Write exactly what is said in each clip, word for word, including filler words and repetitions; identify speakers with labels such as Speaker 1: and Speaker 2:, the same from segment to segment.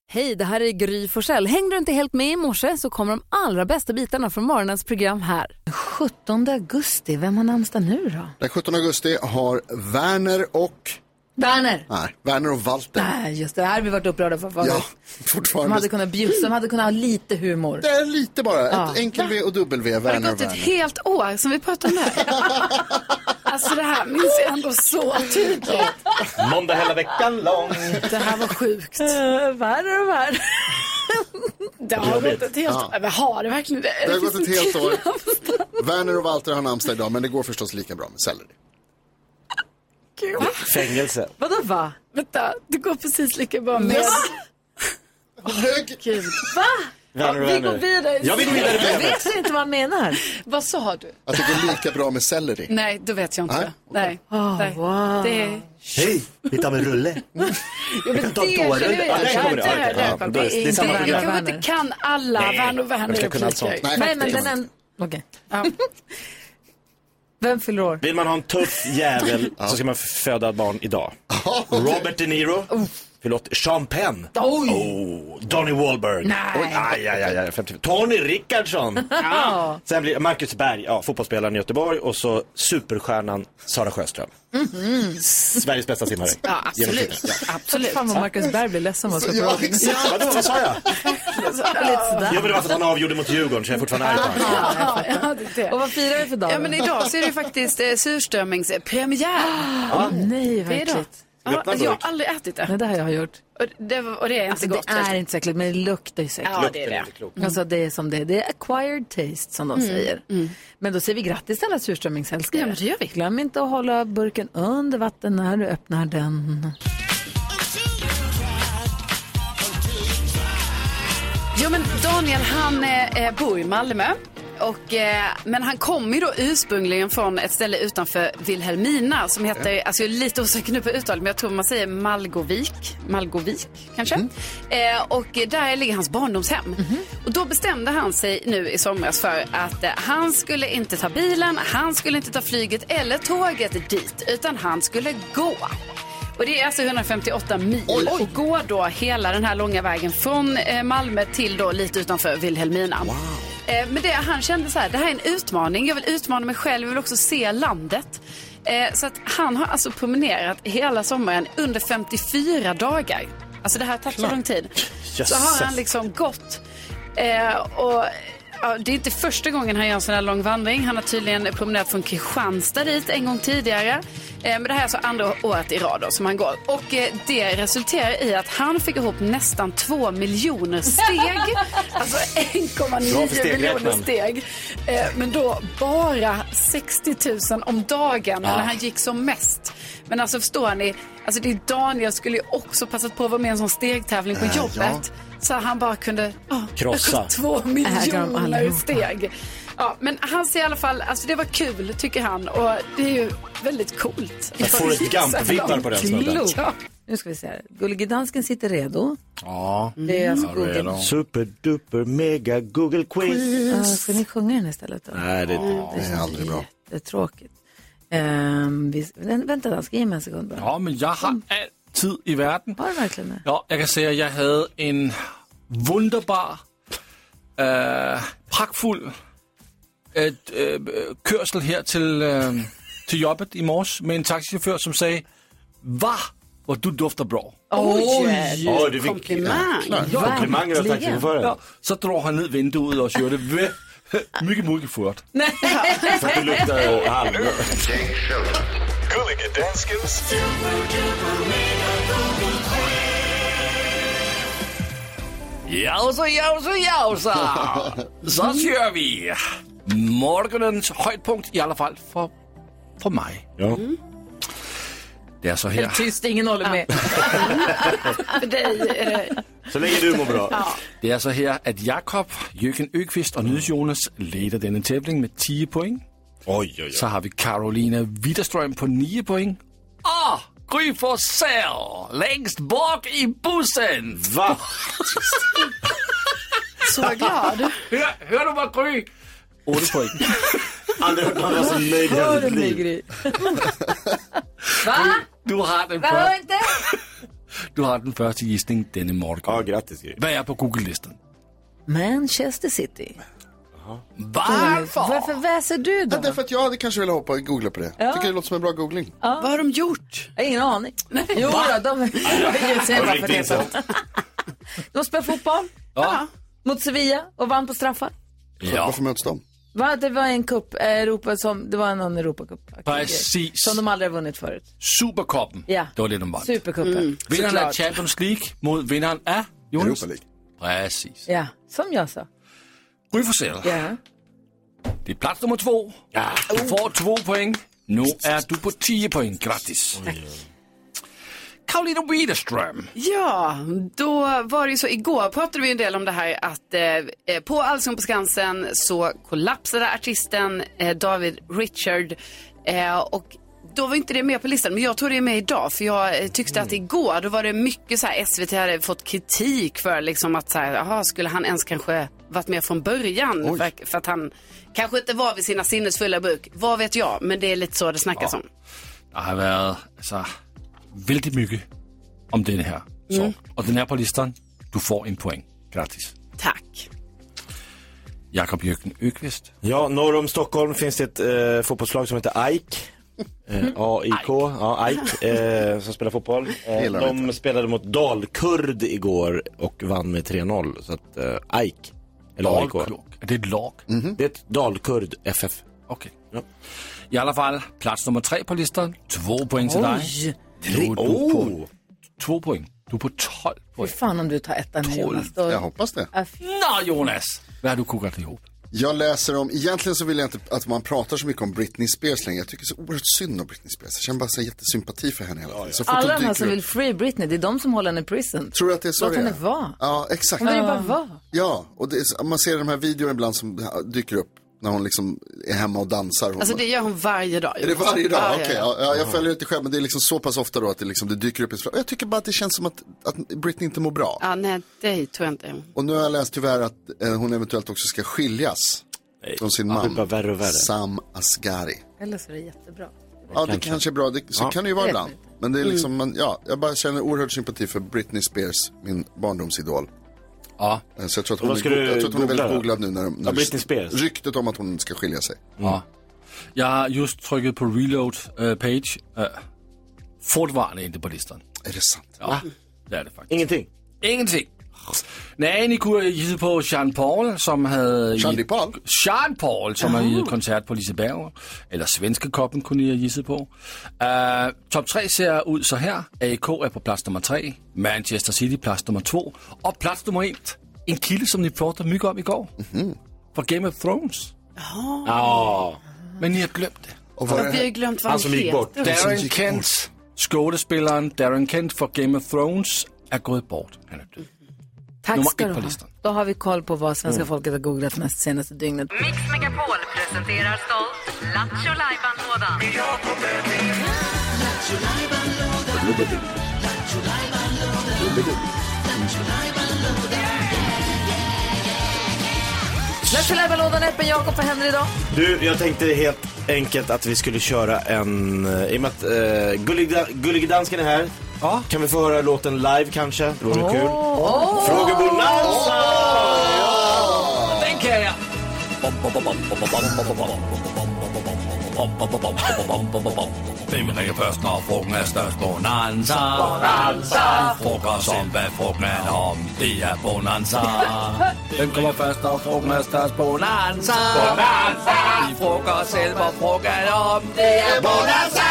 Speaker 1: Hej, det här är Gry Forssell. Hängde du inte helt med i morse så kommer de allra bästa bitarna från morgonens program här. sjuttonde augusti, vem har namnsdag nu då?
Speaker 2: Den sjuttonde augusti har Werner och...
Speaker 1: Werner.
Speaker 2: Nej, Werner och Walter.
Speaker 1: Nej, just det. Det här har vi varit upprörda för förut.
Speaker 2: Ja, fortfarande.
Speaker 1: De hade kunnat bjussa, de hade kunnat ha lite humor.
Speaker 2: Det är lite bara.
Speaker 1: Ja.
Speaker 2: Ett enkel V och W, Werner och Werner.
Speaker 3: Har det gått ett helt år som vi pratar om det här? Alltså det här minns jag ändå så tydligt.
Speaker 4: Måndag hela veckan lång.
Speaker 3: Det här var sjukt.
Speaker 1: Uh, Werner och Werner.
Speaker 3: Det har gått ett helt år. Men har det verkligen det?
Speaker 2: Det har gått ett helt år. Werner och Walter har namnsdag idag, men det går förstås lika bra med selleri.
Speaker 3: Gud.
Speaker 4: Fängelse.
Speaker 1: Vadå va?
Speaker 3: Vänta, det går precis lika bra med...
Speaker 2: Hög.
Speaker 1: Va?
Speaker 4: Werner och
Speaker 3: Vi går
Speaker 4: Werner.
Speaker 3: vidare.
Speaker 4: Ja, vi går vidare.
Speaker 1: Jag vet inte vad han menar.
Speaker 3: Vad sa du?
Speaker 2: Att det går lika bra med selleri.
Speaker 3: Nej, då vet jag inte.
Speaker 2: Nej?
Speaker 3: Nej.
Speaker 1: Oh,
Speaker 3: Nej.
Speaker 1: wow.
Speaker 3: Det är...
Speaker 4: Hej, vi tar med rulle.
Speaker 3: Ja, men
Speaker 4: kan ta
Speaker 3: det
Speaker 4: tårar.
Speaker 3: känner jag.
Speaker 4: Ja, det kommer det.
Speaker 3: Det är- det är-
Speaker 4: Ja, då är det- det är samma
Speaker 3: Jag
Speaker 4: program.
Speaker 3: kanske inte kan alla Werner och Werner
Speaker 4: jag ska kunna allt sånt.
Speaker 3: repliker.
Speaker 1: Nej, men den är... Okej.
Speaker 3: Ja.
Speaker 1: Vem fyller år?
Speaker 4: Vill man ha en tuff jävel så ska man föda ett barn idag. Robert De Niro. Förlåt, Sean Penn.
Speaker 1: Oj.
Speaker 4: Oh, Donnie Wahlberg.
Speaker 1: Nej.
Speaker 4: Oj, aj, aj, aj, aj, femtio Tony Rickardsson.
Speaker 1: Ja.
Speaker 4: Sen blir Marcus Berg, ja, fotbollsspelaren i Göteborg. Och så superstjärnan Sara Sjöström. Mm-hmm. Sveriges bästa simmare.
Speaker 3: Ja, absolut.
Speaker 4: Ja.
Speaker 3: Absolut.
Speaker 1: Fan vad Marcus Berg blir ledsen vad ska
Speaker 2: Ja,
Speaker 1: prata.
Speaker 2: exakt.
Speaker 4: Vadå, vad sa jag?
Speaker 1: Lite sådär.
Speaker 4: Jo, men det var för att han avgjorde mot Djurgården, så jag är fortfarande arg på honom.
Speaker 3: Ja, ja, det är det.
Speaker 1: Och vad firar vi för dag?
Speaker 3: Ja, men idag så är det faktiskt eh, surströmmingspremiär.
Speaker 1: oh, nej,
Speaker 3: Det är idag.
Speaker 1: verkligt.
Speaker 3: Ja,
Speaker 4: Öppna
Speaker 3: jag har
Speaker 4: burk.
Speaker 3: aldrig ätit det.
Speaker 1: Nej, det har jag gjort.
Speaker 3: Och det, var- och det är inte
Speaker 1: Alltså,
Speaker 3: gott.
Speaker 1: det är inte så äckligt, men det luktar ju så äckligt.
Speaker 3: Ja, det är det.
Speaker 4: Lukten klokt.
Speaker 1: Alltså det är som det är. Det är acquired taste som de säger. Men då säger vi grattis till alla surströmmingsälskare.
Speaker 3: Ja, men det gör vi.
Speaker 1: Glöm inte att hålla burken under vatten när du öppnar den.
Speaker 3: Jo, men Daniel han eh, bor i Malmö. Och, eh, men han kommer ju då ursprungligen från ett ställe utanför Vilhelmina som heter, alltså jag är lite osäker nu på uttalet, men jag tror man säger Malgovik, Malgovik kanske. Mm. Eh, och där ligger hans barndomshem. Mm. Och då bestämde han sig nu i somras för att eh, han skulle inte ta bilen, han skulle inte ta flyget eller tåget dit, utan han skulle gå. Och det är alltså hundrafemtioåtta mil
Speaker 2: Oj, oj.
Speaker 3: och gå då hela den här långa vägen från eh, Malmö till då lite utanför Vilhelmina.
Speaker 2: Wow.
Speaker 3: Eh, men det, han kände så här, det här är en utmaning. Jag vill utmana mig själv, jag vill också se landet. Eh, så att han har alltså promenerat hela sommaren under femtiofyra dagar. Alltså det här tar så lång tid.
Speaker 4: Jösses.
Speaker 3: Så har han liksom gått. Eh, och ja, det är inte första gången han gör en sån här lång vandring. Han har tydligen promenerat från Kristianstad dit en gång tidigare. Eh, men det här är alltså andra året i rad då, som han går. Och eh, det resulterar i att han fick ihop nästan två miljoner steg. Alltså en komma nio miljoner steg. Eh, men då bara sextio tusen om dagen när han gick som mest. Men alltså förstår ni, alltså det är Daniel skulle ju också passat på att vara med i en sån stegtävling på
Speaker 2: Äh,
Speaker 3: jobbet.
Speaker 2: ja.
Speaker 3: Så han bara kunde oh,
Speaker 4: Krossa.
Speaker 3: två miljoner steg. Ja, men han ser i alla fall, alltså det var kul tycker han. Och det är ju väldigt coolt.
Speaker 4: Jag får ett Gump-vibbar på den snubben.
Speaker 3: Ja.
Speaker 1: Nu ska vi se här. Gullige dansken sitter redo.
Speaker 4: Ja.
Speaker 1: Det är alltså Google.
Speaker 4: Super-duper mega Google quiz.
Speaker 1: Ja, ska ni sjunga den istället då?
Speaker 4: Nej, det,
Speaker 2: Det är aldrig bra.
Speaker 1: Det är tråkigt. Um, vi, vänta då, ska ge mig en sekund bara.
Speaker 5: Ja, men jag har all tid i världen.
Speaker 1: Har du verkligen det?
Speaker 5: Ja, jag kan säga att jag hade en wunderbar, äh, praktfull äh, äh, körsel här till, äh, till jobbet i morse med en taxichaufför som sa, va, vad du doftar bra.
Speaker 1: Oj!
Speaker 4: Oj, du fick
Speaker 3: Komplimang.
Speaker 4: ja, komplimanger av taxichauffören.
Speaker 5: Ja, så drar han ned vinduet och kör det vä- mycket, mycket fort.
Speaker 4: För att du luktar halm.
Speaker 6: Gullige danskens
Speaker 5: Jausa, jausa, jausa! Så kör vi! Morgonens höjdpunkt i alla fall för, för mig.
Speaker 4: Ja.
Speaker 5: Det är så här.
Speaker 1: Tyst, ingen håller med.
Speaker 3: För dig är det...
Speaker 4: Så länge du mår bra.
Speaker 5: Det är så här att Jakob, Jürgen Öqvist och Nyhets-Jonas leder denna tävling med tio poäng.
Speaker 4: Oj, oj, oj.
Speaker 5: Så har vi Carolina Widerström på nio poäng. Och Gry Forssell längst bak i bussen.
Speaker 4: Va?
Speaker 3: Så glad.
Speaker 5: Hör, hör du vad Gry? åtta poäng.
Speaker 4: Aldrig hört någon vara så nöjd i hela
Speaker 1: Hör
Speaker 4: sitt
Speaker 1: du mig,
Speaker 4: liv.
Speaker 1: Gry? Va?
Speaker 5: Du har den
Speaker 1: Vad hör
Speaker 5: på.
Speaker 1: inte?
Speaker 5: Du har den första gissning denna morgon.
Speaker 4: Ja, grattis.
Speaker 5: Vad är på Google-listan?
Speaker 1: Manchester City.
Speaker 5: Varför?
Speaker 1: Varför väser du då?
Speaker 2: Ja, därför att jag hade kanske velat hoppa och googla på det.
Speaker 1: Ja.
Speaker 2: Tycker det låter som en bra googling.
Speaker 3: Vad har de gjort?
Speaker 1: Jag har ingen aning. Jo då, de... Jag säger bara för det. De spelar fotboll.
Speaker 5: Ja.
Speaker 1: Mot Sevilla och vann på straffar.
Speaker 5: Ja.
Speaker 2: Varför möts de?
Speaker 1: Va, det var en cup, eh, Europa som, det var någon Europacup.
Speaker 5: Precis.
Speaker 1: Som de aldrig har vunnit förut.
Speaker 5: Supercupen.
Speaker 1: Ja.
Speaker 5: Det var det de vann.
Speaker 1: Supercupen. Mm.
Speaker 5: Vinnaren av Champions League mot vinnaren av Jonas.
Speaker 2: Europa League.
Speaker 5: Precis.
Speaker 1: Ja, som jag sa.
Speaker 5: Gry Forssell.
Speaker 1: Ja.
Speaker 5: Det är plats nummer två. Ja. Du får två poäng. Nu är du på tio poäng. Grattis.
Speaker 1: Tack.
Speaker 5: Karolina Widerström.
Speaker 3: Ja, då var det ju så. Igår pratade vi en del om det här att eh, på Allsång på Skansen så kollapsade artisten eh, David Richard eh, och då var inte det med på listan, men jag tror det är med idag för jag eh, tyckte mm. att igår då var det mycket så här, S V T hade fått kritik för liksom att så här, aha, skulle han ens kanske varit med från början för, för att han kanske inte var vid sina sinnesfulla bruk. Vad vet jag, men det är lite så det snackas ja. om.
Speaker 5: Det har varit alltså, väldigt mycket om den här. Så. Mm. Och den är på listan. Du får en poäng. Gratis.
Speaker 3: Tack.
Speaker 5: Jakob Jöken Öqvist.
Speaker 4: Ja, norr om Stockholm finns det ett eh, fotbollslag som heter AIK. Eh, A I K. Ja, AIK. Eh, som spelar fotboll. Eh, de spelade mot Dalkurd igår och vann med tre noll. Så att eh, AIK. Eller A I K.
Speaker 5: Är det ett lag?
Speaker 4: Mm-hmm. Det är ett Dalkurd F F.
Speaker 5: Okej. Okay. Ja. I alla fall, plats nummer tre på listan. Två poäng till dig.
Speaker 4: Tre. Oh.
Speaker 5: På två poäng. Du är på tolv poäng.
Speaker 1: Hur fan om du tar ettan med Jonas? Då...
Speaker 2: Jag hoppas det.
Speaker 5: Nå Jonas, vad har du kokat ihop?
Speaker 2: Jag läser om, egentligen så vill jag inte att man pratar så mycket om Britney Spears längre. Jag tycker så oerhört synd om Britney Spears. Jag känner bara så jättesympati för henne hela tiden. Så
Speaker 1: alla de här som vill free Britney, det är de som håller henne i prison.
Speaker 2: Tror du att det är så?
Speaker 1: Låt henne vara.
Speaker 2: Ja, exakt.
Speaker 1: Hon vill ju bara vara.
Speaker 2: Ja, och det är, man ser de här videorna ibland som dyker upp när hon liksom är hemma och dansar.
Speaker 3: Alltså det gör hon varje dag.
Speaker 2: Är det varje dag? Ah, Okej, okay. ja, ja, jag följer inte själv, men det är liksom så pass ofta då att det, liksom, det dyker upp. Jag tycker bara att det känns som att, att Britney inte mår bra.
Speaker 3: Ja, nej, det tror jag inte.
Speaker 2: Och nu har jag läst tyvärr att eh, hon eventuellt också ska skiljas nej. från sin man,
Speaker 4: ja, värre och värre.
Speaker 2: Sam Asghari.
Speaker 1: Eller så är det jättebra.
Speaker 2: Ja, det kanske, kanske är bra. Det, så ja. kan det ju vara ibland. Men det är liksom, mm. man, ja, jag bara känner oerhört sympati för Britney Spears, min barndomsidol.
Speaker 5: Ja.
Speaker 2: Så jag tror att hon, är, jag tror att hon är väldigt googlad nu när, när
Speaker 4: ja, Britney Spears.
Speaker 2: Ryktet om att hon ska skilja sig.
Speaker 5: Mm. Ja. Jag har just tryckt på reload uh, page. Uh, fortfarande inte på listan.
Speaker 2: Är det sant?
Speaker 5: Ja, det är det faktiskt.
Speaker 4: Ingenting?
Speaker 5: Ingenting. Nej, ni kunde gissa på Jean Paul som hade...
Speaker 2: Jean Paul?
Speaker 5: Jean Paul som har givet koncert på Liseberg. Eller Svenska Koppen kunde ni ha gissat på. Uh, top tre ser ut så här. A I K är på plats nummer tre. Manchester City plats nummer två. Och plats nummer ett. En kille som ni pratade mycket om igår. Mm-hmm. För Game of Thrones.
Speaker 3: Ja.
Speaker 5: Ja. Men ni har glömt det.
Speaker 2: Och vad
Speaker 3: vi har glömt vad han
Speaker 4: som gick bort.
Speaker 5: Darren Kent. Skådespelaren Darren Kent för Game of Thrones är gått bort. Han är död.
Speaker 1: Tack ska du ha. Då har vi koll på vad svenska mm. folket har googlat mest senaste dygnet.
Speaker 6: Mix Megapol presenterar stolt Lattjo Lajban-lådan.
Speaker 1: Lattjo Lajban-lådan är öppen. Jakob, vad händer idag?
Speaker 4: Du, jag tänkte helt enkelt att vi skulle köra en... I och med att uh, Gullig, Gullig Dansken är här. Ja. Kan vi få höra låten live kanske? Det vore oh. kul. Oh. Frågebonanza!
Speaker 5: Oh. Den kan jag. Vem ringer först när frågan är störst? Bonanza. Bonanza. Frågar som vad frågan är om. Det är bonanza. Vem kommer först när frågan är störst? Bonanza. Bonanza. Vi frågar själv vad frågan är om. Det är bonanza.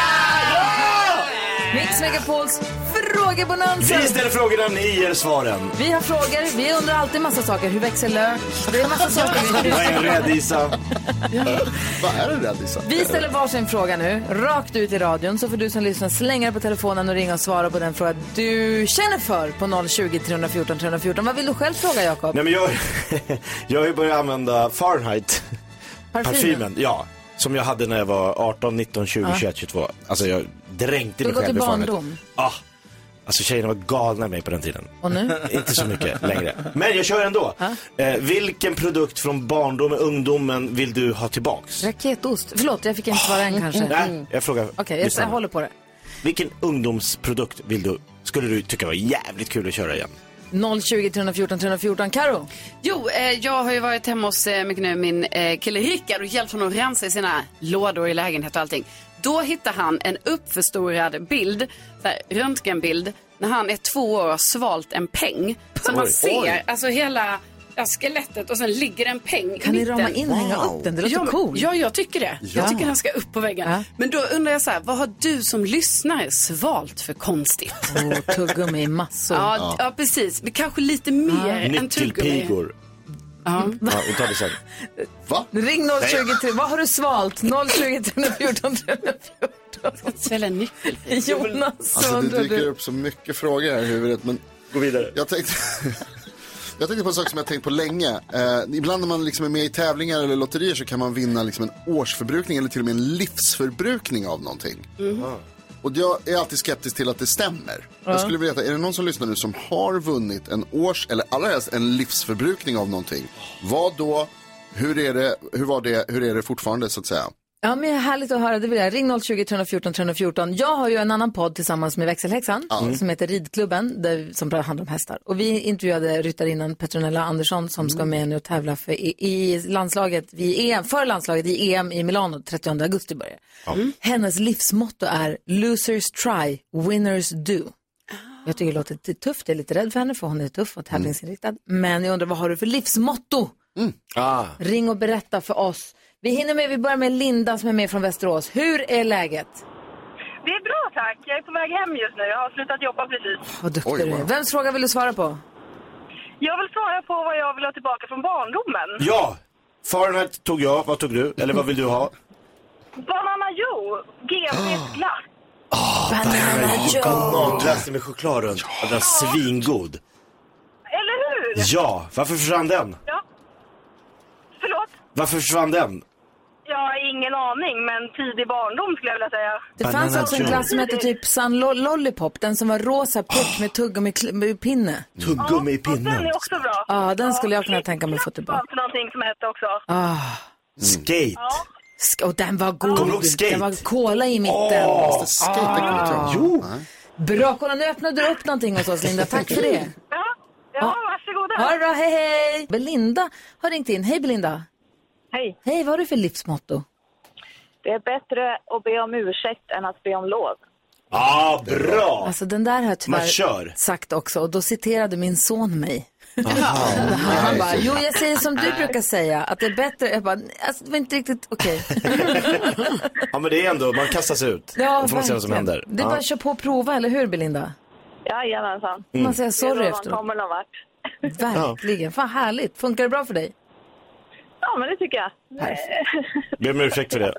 Speaker 1: Mix Megapols frågebonanza.
Speaker 4: Vi ställer frågorna, ni ger svaren.
Speaker 1: Vi har frågor, vi undrar alltid massa saker. Hur växer lök? Det är massa saker.
Speaker 4: Vad är en rädisa?
Speaker 2: Ja. Vad är en rädisa?
Speaker 1: Vi ställer varsin fråga nu, rakt ut i radion. Så får du som lyssnar slänga på telefonen och ringa och svara på den fråga du känner för på noll tjugo, tre fjorton, tre fjorton. Vad vill du själv fråga, Jakob?
Speaker 4: Nej, men jag, jag har ju börjat använda Fahrenheit.
Speaker 1: Parfymen?
Speaker 4: Parfymen, ja. Som jag hade när jag var arton, nitton, tjugo, ja. tjugoett, tjugotvå. Alltså jag dränkte mig själv i
Speaker 1: barndom.
Speaker 4: Ah, alltså tjejerna var galna med mig på den tiden.
Speaker 1: Och nu?
Speaker 4: Inte så mycket längre. Men jag kör ändå. Eh, vilken produkt från barndomen, ungdomen vill du ha tillbaks?
Speaker 1: Raketost. Förlåt, jag fick inte svara än kanske.
Speaker 4: Nej, jag frågar.
Speaker 1: Okej, okay, jag, jag håller på det.
Speaker 4: Vilken ungdomsprodukt vill du skulle du tycka var jävligt kul att köra igen?
Speaker 1: noll tjugo, tre fjorton, tre fjorton. Karo?
Speaker 3: Jo, eh, jag har ju varit hemma hos eh, mycket nu, min eh, kille Rickard och hjälpt honom att rensa i sina lådor i lägenhet och allting. Då hittar han en uppförstorad bild, så här, röntgenbild, när han är två år och har svalt en peng. Så man ser oj. alltså hela ja, skelettet och sen ligger en peng
Speaker 1: kan
Speaker 3: i
Speaker 1: ni
Speaker 3: mitten.
Speaker 1: rama in och hänga upp den? Det låter
Speaker 3: ja,
Speaker 1: coolt.
Speaker 3: Ja, jag tycker det. Ja. Jag tycker han ska upp på väggen. Ja. Men då undrar jag så här, vad har du som lyssnare svalt för konstigt?
Speaker 1: Oh, tuggummi i massor.
Speaker 3: Ja, ja. ja, precis. Men kanske lite mer ja. än tuggummi.
Speaker 4: Nyckelpigor.
Speaker 3: Ja.
Speaker 4: Ja, vi tar det sen.
Speaker 2: Va?
Speaker 1: Ring noll tjugo tre. Vad har du svalt? noll tjugo, tre fjorton, tre fjorton.
Speaker 3: Jag ska svälja en nyckel.
Speaker 1: Jonas,
Speaker 2: alltså, det dyker upp så mycket frågor här i huvudet. Men
Speaker 4: gå vidare.
Speaker 2: Jag tänkte... Jag tänkte på en sak som jag tänkt på länge. Eh, ibland när man liksom är med i tävlingar eller lotterier så kan man vinna liksom en årsförbrukning eller till och med en livsförbrukning av någonting. Mm. Och jag är alltid skeptisk till att det stämmer. Mm. Jag skulle vilja veta, är det någon som lyssnar nu som har vunnit en års eller allra helst en livsförbrukning av någonting? Vad då? Hur är det, hur var det, hur är det fortfarande så att säga?
Speaker 1: Ja, men härligt att höra. Det vill jag. Ring noll tjugo, tre fjorton, tre fjorton. Jag har ju en annan podd tillsammans med Växelhäxan mm. som heter Ridklubben, där, som handlar om hästar. Och vi intervjuade ryttarinnan Petronella Andersson som mm. ska med nu och tävla för i, i landslaget, vid E M, för landslaget i E M i Milano trettionde augusti börjar. Mm. Hennes livsmotto är Losers try, winners do. Jag tycker det låter tufft. Jag är lite rädd för henne för hon är tuff och tävlingsinriktad. Mm. Men jag undrar, vad har du för livsmotto? Mm. Ah. Ring och berätta för oss. Vi hinner med, vi börjar med Linda som är med från Västerås. Hur är läget?
Speaker 7: Det är bra tack, jag är på väg hem just nu. Jag har slutat jobba precis.
Speaker 1: Vad duktig du är. Vems fråga vill du svara på?
Speaker 7: Jag vill svara på vad jag vill ha tillbaka från barndomen.
Speaker 4: Ja, Fahrenheit tog jag, vad tog du? Eller vad vill du ha?
Speaker 7: Banana Joe, G M-glass.
Speaker 4: Åh, Banana Joe. Bananglass med choklad runt. Den är svingod.
Speaker 7: Eller hur?
Speaker 4: Ja, varför försvann den?
Speaker 7: Ja. Förlåt?
Speaker 4: Varför försvann den?
Speaker 7: Jag har ingen aning, men tidig barndom skulle jag vilja säga.
Speaker 1: Det fanns också en glass som hette typ Sun Lollipop, den som var rosa puck med tuggummi med pinne.
Speaker 4: Tuggummi i pinnen.
Speaker 7: Ja, den är också bra.
Speaker 1: Ja, den skulle jag kunna tänka mig att få tillbaka.
Speaker 7: Det någonting som hette också.
Speaker 1: Ah.
Speaker 4: Skate.
Speaker 1: Ja. Och den var god.
Speaker 4: Kommer du ihåg skate?
Speaker 1: Den var kola i mitten.
Speaker 2: Åh, skate, ah.
Speaker 4: Jo.
Speaker 1: Bra, kolla, nu öppnade du upp någonting hos oss, Linda. Tack för det.
Speaker 7: Ja, ja, varsågoda.
Speaker 1: Ha det bra, hej hej. Belinda har ringt in. Hej Belinda.
Speaker 7: Hej.
Speaker 1: Hej, vad har du för livsmotto?
Speaker 7: Det är bättre att be om ursäkt än att be om lov.
Speaker 4: Ah, bra!
Speaker 1: Alltså den där har jag tyvärr sagt också. Och då citerade min son mig. Han bara, jo jag säger som du brukar säga. Att det är bättre. Jag bara, alltså det var inte riktigt okej. Okay.
Speaker 4: Ja men det är ändå, man kastar sig ut.
Speaker 1: Ja,
Speaker 4: och får man se vad som händer.
Speaker 1: Det är
Speaker 4: ja.
Speaker 1: bara att köra på och prova, eller hur Belinda?
Speaker 7: Jajamensan.
Speaker 1: Mm. Man säger sorry efter.
Speaker 7: Man kommer någon vart.
Speaker 1: Verkligen, fan härligt. Funkar det bra för dig?
Speaker 7: Ja, men det tycker jag.
Speaker 4: Ber om ursäkt för det.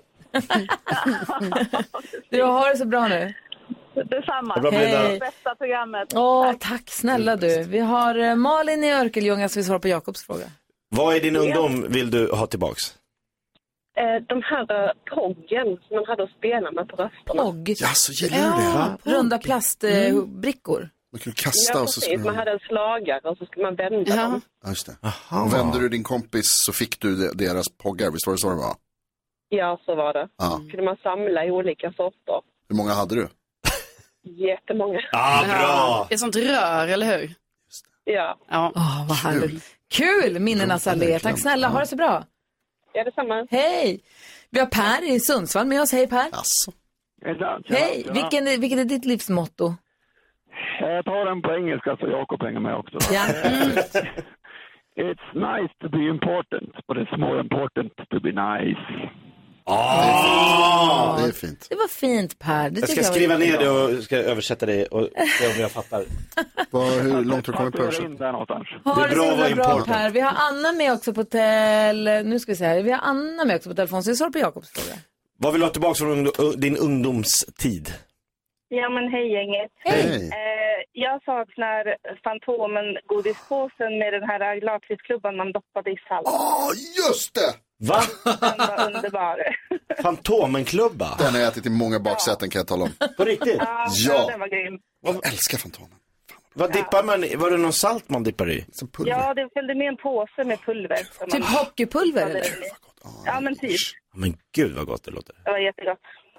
Speaker 1: Du har det så bra nu.
Speaker 7: Detsamma.
Speaker 4: Det
Speaker 1: Hej.
Speaker 7: Bästa programmet.
Speaker 1: Åh, tack. tack snälla du. Vi har uh, Malin i Örkelljunga som vi svarar på Jakobs fråga.
Speaker 4: Vad är din ungdom vill du ha tillbaks?
Speaker 8: Eh, de här uh, poggen som man hade att spela med på rösterna.
Speaker 1: Pogg?
Speaker 2: Ja, så gillar du det, va?
Speaker 1: Ja, runda plastbrickor. Mm.
Speaker 2: Man kunde kasta
Speaker 8: ja,
Speaker 2: och så skulle
Speaker 8: man... man hade en slagare och så skulle man vända
Speaker 1: ja.
Speaker 8: dem.
Speaker 2: Ja, just det. Aha. Och vände du din kompis så fick du deras poggar, visst var det så det var?
Speaker 8: Ja, så var det.
Speaker 2: Ja.
Speaker 8: Kunde man samla i olika sorter.
Speaker 2: Hur många hade du?
Speaker 8: Jättemånga.
Speaker 4: Ah, bra!
Speaker 3: Ett sånt rör, eller hur?
Speaker 8: Ja.
Speaker 3: Ja.
Speaker 1: Åh, vad härligt. Kul, minnenas allé. Tack snälla, ha det så bra.
Speaker 8: Ja, detsamma.
Speaker 1: Hej! Vi har Per i Sundsvall med oss. Hej Per.
Speaker 2: Alltså.
Speaker 1: Hej, vilken är, vilket är ditt livsmotto?
Speaker 9: Jag tar den på engelska så Jakob hänger med också.
Speaker 1: Ja. Mm.
Speaker 9: It's nice to be important, but it's more important to be nice.
Speaker 4: Ah,
Speaker 2: det är fint.
Speaker 1: Det var fint Per. Det
Speaker 4: jag ska
Speaker 1: jag
Speaker 4: skriva ner det och ska översätta det och se om jag fattar.
Speaker 2: Var, hur långt har du kommit på översättning?
Speaker 9: Det
Speaker 1: är bra, det är bra Per. Vi har Anna med också på tel... Nu ska vi se här. Vi har Anna med också på telefon så vi svarar på Jakobs fråga.
Speaker 4: Vad vill du ha tillbaka från din ungdomstid?
Speaker 7: Ja men hej gänget.
Speaker 1: Hej.
Speaker 7: Eh, jag saknar Fantomen godispåsen med den här lakritsklubban man doppade i salt.
Speaker 2: Åh, oh, just det!
Speaker 4: Va?
Speaker 7: Den var underbar.
Speaker 4: Fantomenklubba?
Speaker 2: Den har jag ätit i många baksäten kan jag tala om.
Speaker 4: På riktigt?
Speaker 7: Ja,
Speaker 2: ja.
Speaker 7: Den var grym.
Speaker 2: Jag älskar Fantomen.
Speaker 4: Vad dippar man i? Var det någon salt man dippar i?
Speaker 2: Som pulver.
Speaker 7: Ja, det följde med en påse med pulver.
Speaker 1: Typ man... hockeypulver eller?
Speaker 7: Ja, men typ.
Speaker 4: Men gud vad gott det låter.
Speaker 7: Det var jättegott.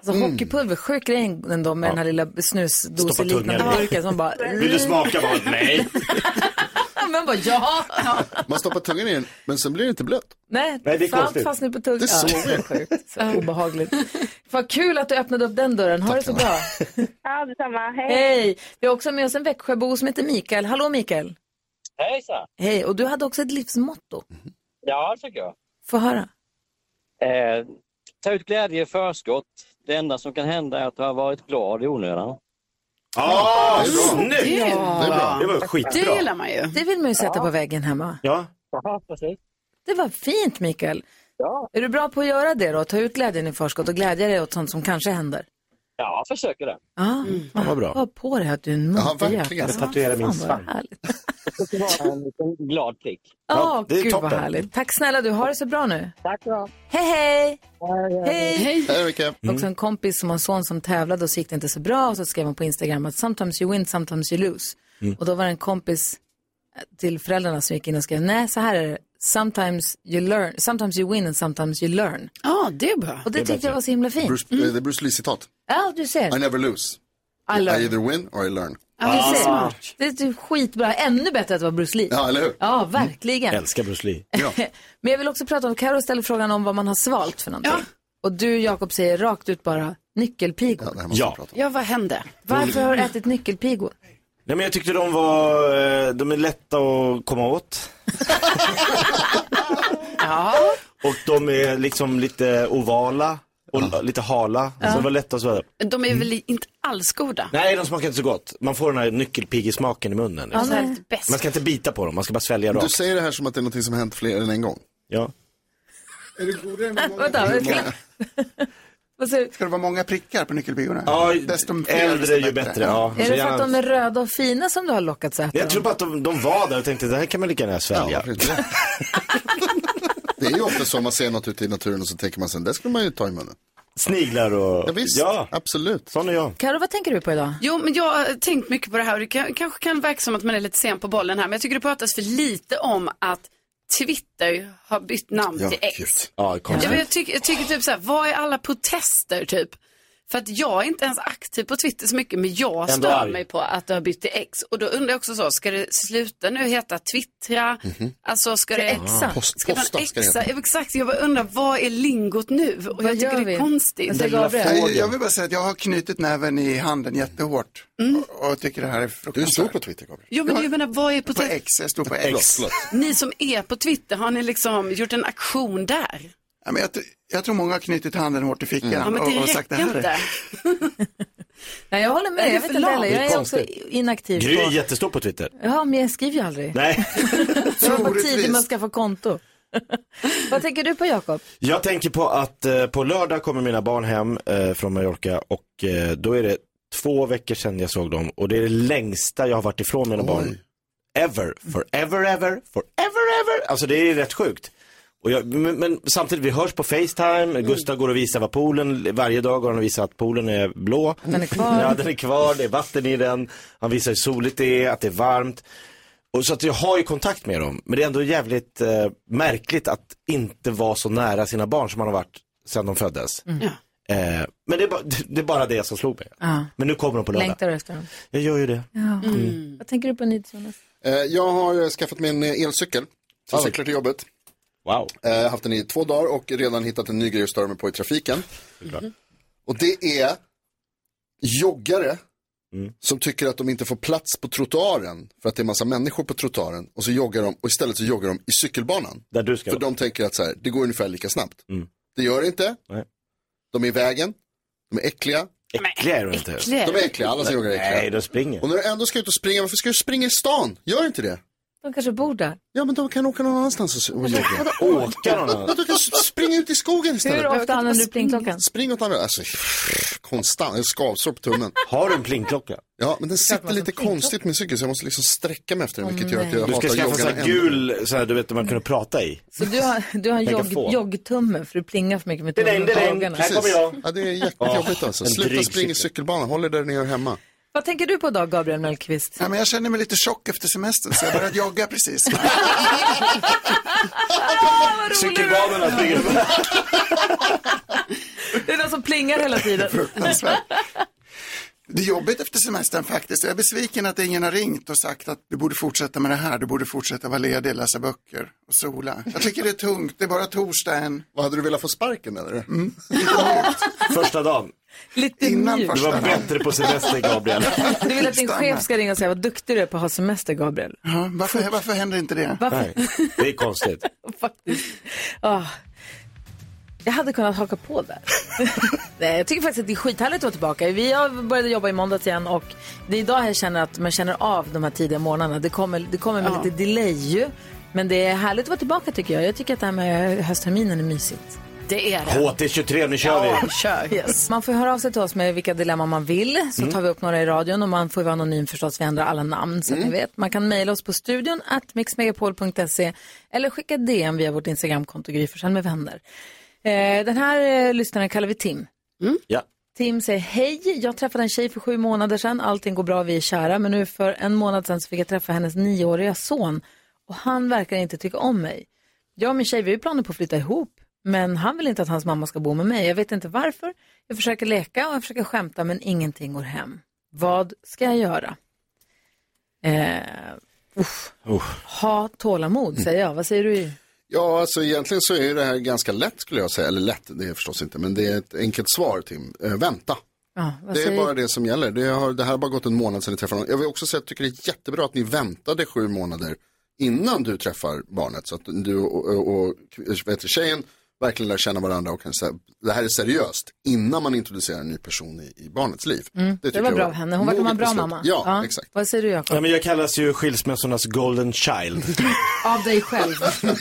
Speaker 1: Alltså mm. hockeypulver, sjuk grej ändå med ja. den här lilla snusdoseliknande burken som bara...
Speaker 4: Vill du smaka bara? Nej.
Speaker 1: Men bara ja. ja.
Speaker 2: Man stoppar tungan i den, men sen blir det inte blött.
Speaker 1: Nej,
Speaker 4: Nej det är
Speaker 1: fan,
Speaker 4: konstigt.
Speaker 1: Fast nu på tungan.
Speaker 2: Det är så,
Speaker 1: ja, sjukt. Så obehagligt. Vad kul att du öppnade upp den dörren. Har det så bra.
Speaker 7: Ja, detsamma. Hej.
Speaker 1: Hej. Vi har också med oss en Växjöbo som heter Mikael. Hallå Mikael.
Speaker 10: Hejsa.
Speaker 1: Hej, och du hade också ett livsmotto.
Speaker 10: Ja, tycker jag.
Speaker 1: Få höra.
Speaker 10: Eh, ta ut glädje i förskott. Det enda som kan hända är att du har varit glad i onödan.
Speaker 4: Ah, snyggt!
Speaker 1: Det,
Speaker 2: det, är bra.
Speaker 4: Det var skitbra.
Speaker 3: Det gillar man ju.
Speaker 1: Det vill man ju sätta ja. på väggen hemma.
Speaker 4: Ja.
Speaker 10: Ja, precis.
Speaker 1: Det var fint, Mikael.
Speaker 10: Ja.
Speaker 1: Är du bra på att göra det då? Ta ut glädjen i förskott och glädja dig åt sånt som kanske händer?
Speaker 10: Ja, jag försöker det.
Speaker 1: Ja, mm.
Speaker 4: ja vad bra.
Speaker 1: Var på det att du är en modig.
Speaker 2: Ja, verkligen.
Speaker 4: Jag tatuerar min svamp.
Speaker 10: Det var en liten glad klick.
Speaker 1: Ja, oh, gud toppen. Vad härligt. Tack snälla, du har det så bra nu.
Speaker 10: Tack bra.
Speaker 1: Hej, hej.
Speaker 10: Hej,
Speaker 1: hej. Hej.
Speaker 2: Hej, Mikael.
Speaker 1: Mm. Också en kompis som har en son som tävlade och så gick det inte så bra. Och så skrev han på Instagram att sometimes you win, sometimes you lose. Mm. Och då var det en kompis till föräldrarna som gick in och skrev, nej så här är det. Sometimes you learn, sometimes you win and sometimes you learn.
Speaker 3: Ja, ah, det är bra.
Speaker 1: Och det, det tyckte jag var så himla fint.
Speaker 2: Bruce, mm. Det är Bruce Lee-citat.
Speaker 1: Ja, du ser.
Speaker 2: I never lose.
Speaker 1: I,
Speaker 2: I either win or I learn.
Speaker 1: Ja, du ser. Det är typ skitbra. Ännu bättre att det var Bruce Lee.
Speaker 2: Ja, eller hur?
Speaker 1: Ja, verkligen.
Speaker 4: Jag älskar Bruce Lee.
Speaker 2: Ja.
Speaker 1: Men jag vill också prata om, Karo ställer frågan om vad man har svalt för någonting.
Speaker 3: Ja.
Speaker 1: Och du, Jakob, säger rakt ut bara nyckelpigor.
Speaker 2: Ja, det här måste
Speaker 4: ja.
Speaker 2: prata om.
Speaker 3: Ja, vad hände?
Speaker 1: Varför har du ätit nyckelpigor?
Speaker 4: Nej, men jag tyckte de var, de är lätta att komma åt.
Speaker 3: Ja.
Speaker 4: Och de är liksom lite ovala och ja. lite hala. Ja. Så det var lätt att svälja.
Speaker 3: De är väl inte alls goda?
Speaker 4: Nej, de smakar inte så gott. Man får den här nyckelpiggesmaken i munnen.
Speaker 3: Ja, det är
Speaker 4: man ska inte bita på dem, man ska bara svälja rakt.
Speaker 2: Du säger det här som att det är något som har hänt fler än en gång.
Speaker 4: Ja.
Speaker 11: Är det godare än många?
Speaker 1: Vänta,
Speaker 11: ska det vara många prickar på nyckelpigorna?
Speaker 4: Ja,
Speaker 11: desto
Speaker 4: äldre ju bättre. Ja.
Speaker 1: Är det för att de är röda och fina som du har lockat sig?
Speaker 4: Jag tror bara att de, de var där och tänkte, det här kan man lika gärna svälja.
Speaker 2: Ja, det är ju ofta så man ser något ute i naturen och så tänker man sen, det skulle man ju ta i munnen.
Speaker 4: Sniglar och...
Speaker 2: Ja, visst,
Speaker 4: ja.
Speaker 2: absolut.
Speaker 4: Sån är jag.
Speaker 1: Karo, vad tänker du på idag?
Speaker 3: Jo, men jag har tänkt mycket på det här och det kan, kanske kan verka som att man är lite sen på bollen här. Men jag tycker det pratas för lite om att Twitter har bytt namn
Speaker 2: ja,
Speaker 3: till X.
Speaker 4: Ja,
Speaker 3: ja, men jag, tycker, jag tycker typ så här, vad är alla protester typ? För att jag är inte ens aktiv på Twitter så mycket, men jag
Speaker 4: Ändå
Speaker 3: stör
Speaker 4: arg.
Speaker 3: mig på att du har bytt till X. Och då undrar jag också så, ska det sluta nu heta Twittra?
Speaker 2: Mm-hmm.
Speaker 3: Alltså ska det
Speaker 1: Exa?
Speaker 2: Ah, post,
Speaker 3: ska man
Speaker 2: posta ska
Speaker 3: Exa?
Speaker 2: det heta.
Speaker 3: Exakt, jag bara undrar, vad är lingot nu? Och
Speaker 1: Vad
Speaker 3: jag tycker
Speaker 1: gör
Speaker 3: det är
Speaker 1: vi?
Speaker 3: konstigt.
Speaker 1: Jag,
Speaker 11: jag, jag vill bara säga att jag har knutit näven i handen jättehårt. Mm. Och, och tycker det här är fruktansvärt.
Speaker 2: Du är stor på Twitter, Gabriel.
Speaker 3: Jo, men jag menar, vad är på,
Speaker 11: på X? Jag står på X.
Speaker 3: Ni som är på Twitter, har ni liksom gjort en aktion där?
Speaker 11: Ja, men jag, jag tror många har knutit handen hårt i fickan
Speaker 3: mm. ja, men det
Speaker 11: och, och sagt det här.
Speaker 3: Inte.
Speaker 1: Nej, jag håller med. Jag, jag vet inte heller. Jag är också inaktiv.
Speaker 4: Gry är
Speaker 1: på...
Speaker 4: jättestor på Twitter.
Speaker 1: Ja, men jag skriver ju aldrig.
Speaker 4: Nej.
Speaker 1: Jag var på tidigt med att skaffa konto. Vad tänker du på, Jakob?
Speaker 4: Jag tänker på att eh, på lördag kommer mina barn hem eh, från Mallorca och eh, då är det två veckor sedan jag såg dem och det är det längsta jag har varit ifrån mina Oj. barn. Ever, forever, ever, forever, ever. Alltså det är rätt sjukt. Och jag, men, men samtidigt, vi hörs på FaceTime. Mm. Gustav går och visar vad poolen, varje dag går han och visar att poolen är blå.
Speaker 1: Den är kvar.
Speaker 4: Ja, den är kvar, det är vatten i den. Han visar hur soligt det är, att det är varmt. Och så att jag har ju kontakt med dem. Men det är ändå jävligt eh, märkligt att inte vara så nära sina barn som man har varit sedan de föddes.
Speaker 1: Mm.
Speaker 4: Eh, men det är, bara, det är bara det som slog mig.
Speaker 1: Ah.
Speaker 4: Men nu kommer de på lördag.
Speaker 1: Längtar du efter dem?
Speaker 4: Jag gör ju det.
Speaker 1: Ja. Mm. Vad tänker du på, Nids, Jonas?
Speaker 2: Eh, jag har skaffat mig en elcykel. Så jag cyklar till jobbet.
Speaker 4: Wow.
Speaker 2: Jag har haft den i två dagar och redan hittat en ny grej att störa mig på i trafiken. Mm. Och det är joggare mm. som tycker att de inte får plats på trottoaren för att det är massa människor på trottoaren. Och så joggar de, och istället så joggar de i cykelbanan.
Speaker 4: Där du ska
Speaker 2: för
Speaker 4: vara.
Speaker 2: de tänker att så här, det går ungefär lika snabbt.
Speaker 4: Mm.
Speaker 2: Det gör det inte.
Speaker 4: Nej.
Speaker 2: De är i vägen. De är äckliga.
Speaker 4: Äckliga är de inte.
Speaker 2: De är äckliga, alla som joggar är äckliga.
Speaker 4: Nej, de springer.
Speaker 2: Och när du ändå ska ut och springa, varför ska du springa i stan? Gör inte det.
Speaker 1: De kanske bor där.
Speaker 2: Ja, men de kan åka någon annanstans och jogga.
Speaker 4: Åka någon annanstans?
Speaker 2: Du kan springa ut i skogen istället.
Speaker 1: Hur ofta använder du plingklockan?
Speaker 2: Spring åt andra. Alltså, konstant. Jag skavsår på tummen.
Speaker 4: Har du en plingklocka?
Speaker 2: Ja, men den sitter lite konstigt med cykeln så jag måste liksom sträcka mig efter den. Vilket gör att jag
Speaker 4: du ska
Speaker 2: hatar
Speaker 4: skaffa så här gul, så här, du vet, man kunde prata i.
Speaker 1: Så du har, du har en jogg, joggtumme för du plingar för mycket med tummen
Speaker 4: på dagarna. Här kommer jag.
Speaker 2: Ja, det är jättejobbigt alltså. Sluta springa i cykelbanan. Håll er där ni gör hemma.
Speaker 1: Vad tänker du på då, Gabriel Mellqvist?
Speaker 11: Ja, men jag känner mig lite tjock efter semestern så jag började jogga precis.
Speaker 4: Cykelbanorna springer.
Speaker 1: Det är någon som som plingar hela tiden.
Speaker 11: Fruktansvärt. Det är jobbigt efter semestern faktiskt. Jag är besviken att ingen har ringt och sagt att du borde fortsätta med det här. Du borde fortsätta vara ledig, läsa böcker och sola. Jag tycker det är tungt. Det är bara torsdag än.
Speaker 2: Vad hade du velat få sparken eller?
Speaker 11: Mm.
Speaker 4: Första dagen.
Speaker 1: Lite
Speaker 11: Innan
Speaker 1: mjuk.
Speaker 4: Du var bättre på semester, Gabriel.
Speaker 1: Du vill att din chef ska ringa och säga vad duktig du är på att ha semester, Gabriel.
Speaker 11: Ja, varför, varför händer inte det?
Speaker 1: Varför?
Speaker 4: Nej, det är konstigt.
Speaker 1: Faktiskt. Oh. Jag hade kunnat haka på där. Nej, jag tycker faktiskt att det är skithärligt att vara tillbaka. Vi har börjat jobba i måndags igen och det är idag jag känner att man känner av de här tidiga morgnarna. Det kommer, det kommer med ja. lite delay ju. Men det är härligt att vara tillbaka tycker jag. Jag tycker att det här med höstterminen är mysigt.
Speaker 3: Det är det.
Speaker 4: H T tjugotre, nu kör
Speaker 3: ja,
Speaker 4: vi.
Speaker 3: Kör.
Speaker 1: Yes. Man får höra av sig till oss med vilka dilemma man vill. Så mm. tar vi upp några i radion och man får vara anonym förstås. Vi ändrar alla namn så att mm. ni vet. Man kan mejla oss på studion at mixmegapol punkt se eller skicka D M via vårt Instagramkonto Gry Forssell med vänner. Eh, den här eh, lyssnaren kallar vi Tim.
Speaker 4: Mm. Ja.
Speaker 1: Tim säger hej, jag träffade en tjej för sju månader sedan. Allting går bra, vi är kära. Men nu för en månad sedan så fick jag träffa hennes nioåriga son. Och han verkar inte tycka om mig. Jag och min tjej, vi har planer på att flytta ihop. Men han vill inte att hans mamma ska bo med mig. Jag vet inte varför. Jag försöker leka och jag försöker skämta men ingenting går hem. Vad ska jag göra? Eh, uff. Uh. Ha tålamod, säger jag. Vad säger du?
Speaker 2: Ja, alltså egentligen så är det här ganska lätt skulle jag säga. Eller lätt, det är förstås inte. Men det är ett enkelt svar, Tim. Eh, vänta.
Speaker 1: Ja,
Speaker 2: det är bara det som gäller. Det har, det här har bara gått en månad sedan ni träffade honom. Jag vill också säga att jag tycker det är jättebra att ni väntade sju månader innan du träffar barnet. Så att du och, och, och vet du, tjejen verkligen lär känna varandra och kan säga det här är seriöst innan man introducerar en ny person i, i barnets liv.
Speaker 1: Mm, det, det var bra av henne. Hon verkar vara en bra mamma.
Speaker 2: Ja, ja, exakt.
Speaker 1: Vad säger du, Jakob?
Speaker 4: Ja, men jag kallas ju skilsmässornas golden child.
Speaker 1: Av dig själv.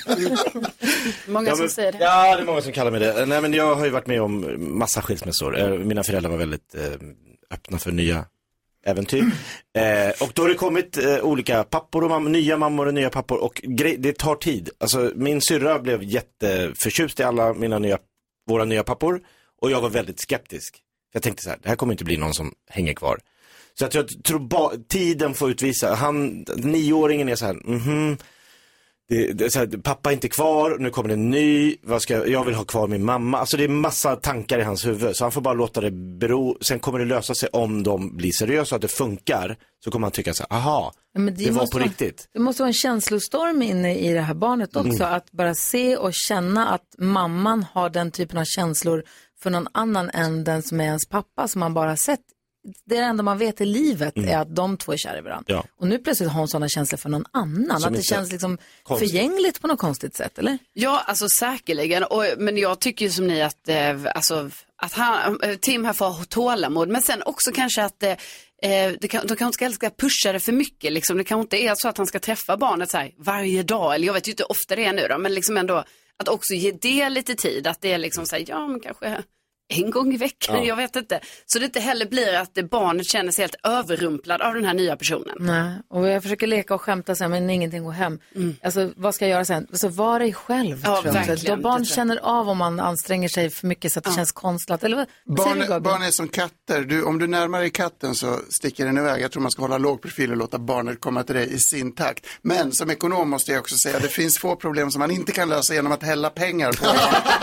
Speaker 3: Många
Speaker 4: ja,
Speaker 3: som
Speaker 4: men,
Speaker 3: säger det.
Speaker 4: Ja, det är många som kallar mig det. Nej, men jag har ju varit med om massa skilsmässor. Mina föräldrar var väldigt eh, öppna för nya äventyr. Eh, och då har det kommit eh, olika pappor och mam- nya mammor och nya pappor och gre- det tar tid. Alltså min syrra blev jätteförtjust i alla mina nya, våra nya pappor och jag var väldigt skeptisk. Jag tänkte så här, det här kommer inte bli någon som hänger kvar. Så att jag tror ba- tiden får utvisa. Han, nioåringen är så här, mhm. Det, det är så här, pappa är inte kvar, nu kommer det en ny, vad ska jag, jag vill ha kvar min mamma. Alltså det är massa tankar i hans huvud. Så han får bara låta det bero. Sen kommer det lösa sig om de blir seriösa och att det funkar. Så kommer han tycka så här, aha, ja, det, det var på
Speaker 1: vara,
Speaker 4: riktigt.
Speaker 1: Det måste vara en känslostorm inne i det här barnet också. Mm. Att bara se och känna att mamman har den typen av känslor för någon annan än den som är ens pappa som man bara har sett. Det enda man vet i livet mm. är att de två är kära i varandra. Ja. Och nu plötsligt har hon sådana känslor för någon annan. Som att det känns liksom konstigt. Förgängligt på något konstigt sätt, eller? Ja,
Speaker 3: alltså säkerligen. Och, men jag tycker ju som ni att, eh, alltså, att han, Tim här får ha tålamod. Men sen också kanske att eh, det kan, de kanske inte ska pusha det för mycket. Liksom. Det kanske inte är så att han ska träffa barnet så här, varje dag. Eller jag vet ju inte hur ofta det är nu då. Men liksom ändå att också ge det lite tid. Att det är liksom så här, ja men kanske... en gång i veckan, ja. Jag vet inte. Så det inte heller blir att det barnet känner sig helt överrumplad av den här nya personen.
Speaker 1: Nej, och jag försöker leka och skämta sen men ingenting går hem. Mm. Alltså, vad ska jag göra sen? Alltså, var dig själv.
Speaker 3: Ja, verkligen.
Speaker 1: Då barn känner av om man anstränger sig för mycket så att det ja. känns konstlat. Eller vad, vad
Speaker 11: barn,
Speaker 1: säger du,
Speaker 11: barn är som katter. Du, om du närmar dig katten så sticker den iväg. Jag tror man ska hålla låg profil och låta barnet komma till dig i sin takt. Men som ekonom måste jag också säga att det finns få problem som man inte kan lösa genom att hälla pengar på.